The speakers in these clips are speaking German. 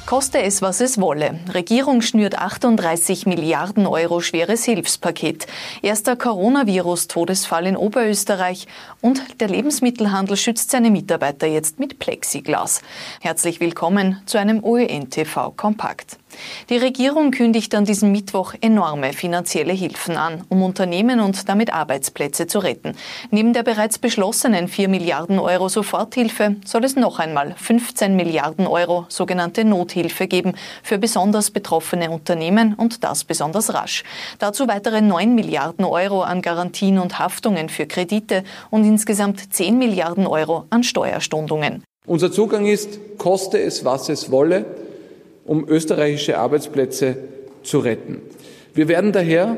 Koste es, was es wolle. Regierung schnürt 38 Milliarden Euro schweres Hilfspaket. Erster Coronavirus-Todesfall in Oberösterreich und der Lebensmittelhandel schützt seine Mitarbeiter jetzt mit Plexiglas. Herzlich willkommen zu einem OÖN-TV-Kompakt. Die Regierung kündigt an diesem Mittwoch enorme finanzielle Hilfen an, um Unternehmen und damit Arbeitsplätze zu retten. Neben der bereits beschlossenen 4 Milliarden Euro Soforthilfe soll es noch einmal 15 Milliarden Euro sogenannte Nothilfe geben für besonders betroffene Unternehmen und das besonders rasch. Dazu weitere 9 Milliarden Euro an Garantien und Haftungen für Kredite und insgesamt 10 Milliarden Euro an Steuerstundungen. Unser Zugang ist, koste es, was es wolle, um österreichische Arbeitsplätze zu retten. Wir werden daher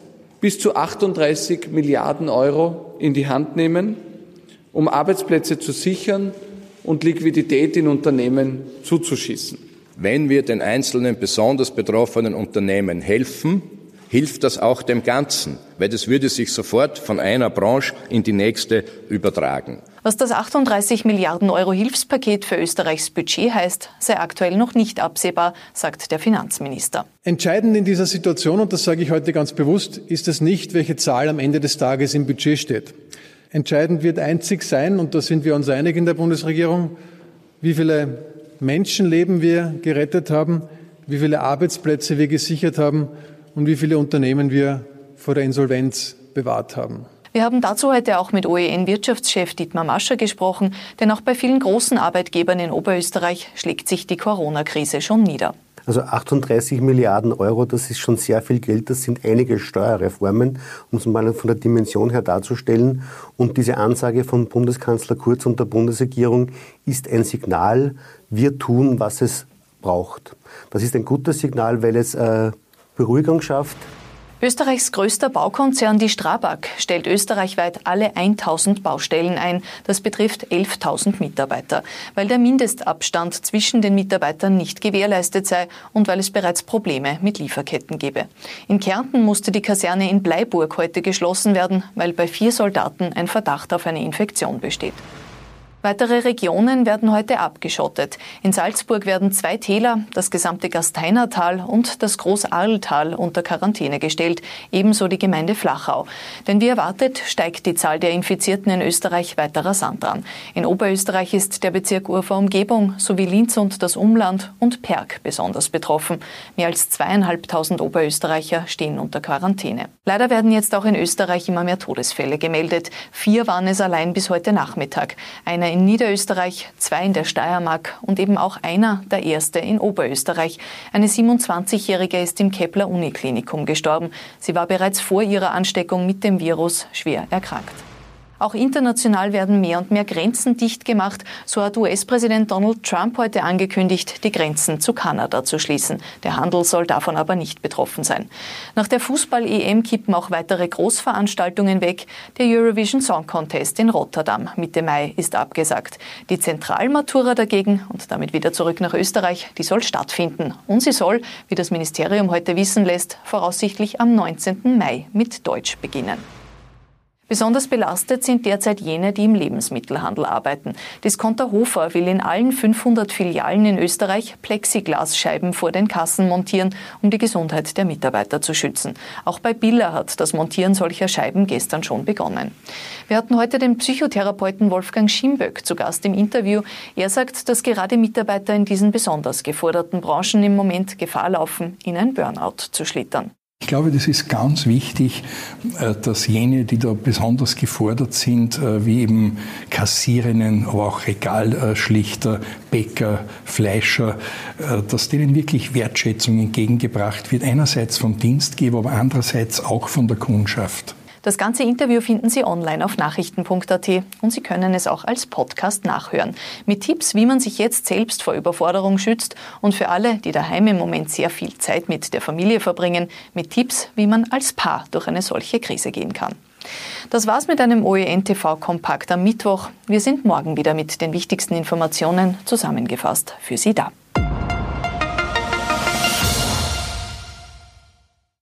bis zu 38 Milliarden Euro in die Hand nehmen, um Arbeitsplätze zu sichern und Liquidität in Unternehmen zuzuschießen. Wenn wir den einzelnen besonders betroffenen Unternehmen helfen, hilft das auch dem Ganzen, weil das würde sich sofort von einer Branche in die nächste übertragen. Was das 38 Milliarden Euro Hilfspaket für Österreichs Budget heißt, sei aktuell noch nicht absehbar, sagt der Finanzminister. Entscheidend in dieser Situation, und das sage ich heute ganz bewusst, ist es nicht, welche Zahl am Ende des Tages im Budget steht. Entscheidend wird einzig sein, und da sind wir uns einig in der Bundesregierung, wie viele Menschenleben wir gerettet haben, wie viele Arbeitsplätze wir gesichert haben und wie viele Unternehmen wir vor der Insolvenz bewahrt haben. Wir haben dazu heute auch mit OÖN-Wirtschaftschef Dietmar Mascher gesprochen, denn auch bei vielen großen Arbeitgebern in Oberösterreich schlägt sich die Corona-Krise schon nieder. Also 38 Milliarden Euro, das ist schon sehr viel Geld. Das sind einige Steuerreformen, um es mal von der Dimension her darzustellen. Und diese Ansage von Bundeskanzler Kurz und der Bundesregierung ist ein Signal, wir tun, was es braucht. Das ist ein gutes Signal, weil es Beruhigung schafft. Österreichs größter Baukonzern, die Strabag, stellt österreichweit alle 1000 Baustellen ein. Das betrifft 11.000 Mitarbeiter, weil der Mindestabstand zwischen den Mitarbeitern nicht gewährleistet sei und weil es bereits Probleme mit Lieferketten gebe. In Kärnten musste die Kaserne in Bleiburg heute geschlossen werden, weil bei 4 Soldaten ein Verdacht auf eine Infektion besteht. Weitere Regionen werden heute abgeschottet. In Salzburg werden 2 Täler, das gesamte Gasteinertal und das Großarltal unter Quarantäne gestellt, ebenso die Gemeinde Flachau. Denn wie erwartet steigt die Zahl der Infizierten in Österreich weiter rasant an. In Oberösterreich ist der Bezirk Urfahr-Umgebung sowie Linz und das Umland und Perg besonders betroffen. Mehr als 2.500 Oberösterreicher stehen unter Quarantäne. Leider werden jetzt auch in Österreich immer mehr Todesfälle gemeldet. 4 waren es allein bis heute Nachmittag. Einer in Niederösterreich, 2 in der Steiermark und eben auch einer, der erste in Oberösterreich. Eine 27-Jährige ist im Kepler Uniklinikum gestorben. Sie war bereits vor ihrer Ansteckung mit dem Virus schwer erkrankt. Auch international werden mehr und mehr Grenzen dicht gemacht. So hat US-Präsident Donald Trump heute angekündigt, die Grenzen zu Kanada zu schließen. Der Handel soll davon aber nicht betroffen sein. Nach der Fußball-EM kippen auch weitere Großveranstaltungen weg. Der Eurovision Song Contest in Rotterdam Mitte Mai ist abgesagt. Die Zentralmatura dagegen, und damit wieder zurück nach Österreich, die soll stattfinden. Und sie soll, wie das Ministerium heute wissen lässt, voraussichtlich am 19. Mai mit Deutsch beginnen. Besonders belastet sind derzeit jene, die im Lebensmittelhandel arbeiten. Discounter Hofer will in allen 500 Filialen in Österreich Plexiglasscheiben vor den Kassen montieren, um die Gesundheit der Mitarbeiter zu schützen. Auch bei Billa hat das Montieren solcher Scheiben gestern schon begonnen. Wir hatten heute den Psychotherapeuten Wolfgang Schimböck zu Gast im Interview. Er sagt, dass gerade Mitarbeiter in diesen besonders geforderten Branchen im Moment Gefahr laufen, in ein Burnout zu schlittern. Ich glaube, das ist ganz wichtig, dass jene, die da besonders gefordert sind, wie eben Kassiererinnen, aber auch Regalschlichter, Bäcker, Fleischer, dass denen wirklich Wertschätzung entgegengebracht wird. Einerseits vom Dienstgeber, aber andererseits auch von der Kundschaft. Das ganze Interview finden Sie online auf nachrichten.at und Sie können es auch als Podcast nachhören. Mit Tipps, wie man sich jetzt selbst vor Überforderung schützt und für alle, die daheim im Moment sehr viel Zeit mit der Familie verbringen, mit Tipps, wie man als Paar durch eine solche Krise gehen kann. Das war's mit einem OÖN-TV-Kompakt am Mittwoch. Wir sind morgen wieder mit den wichtigsten Informationen zusammengefasst für Sie da.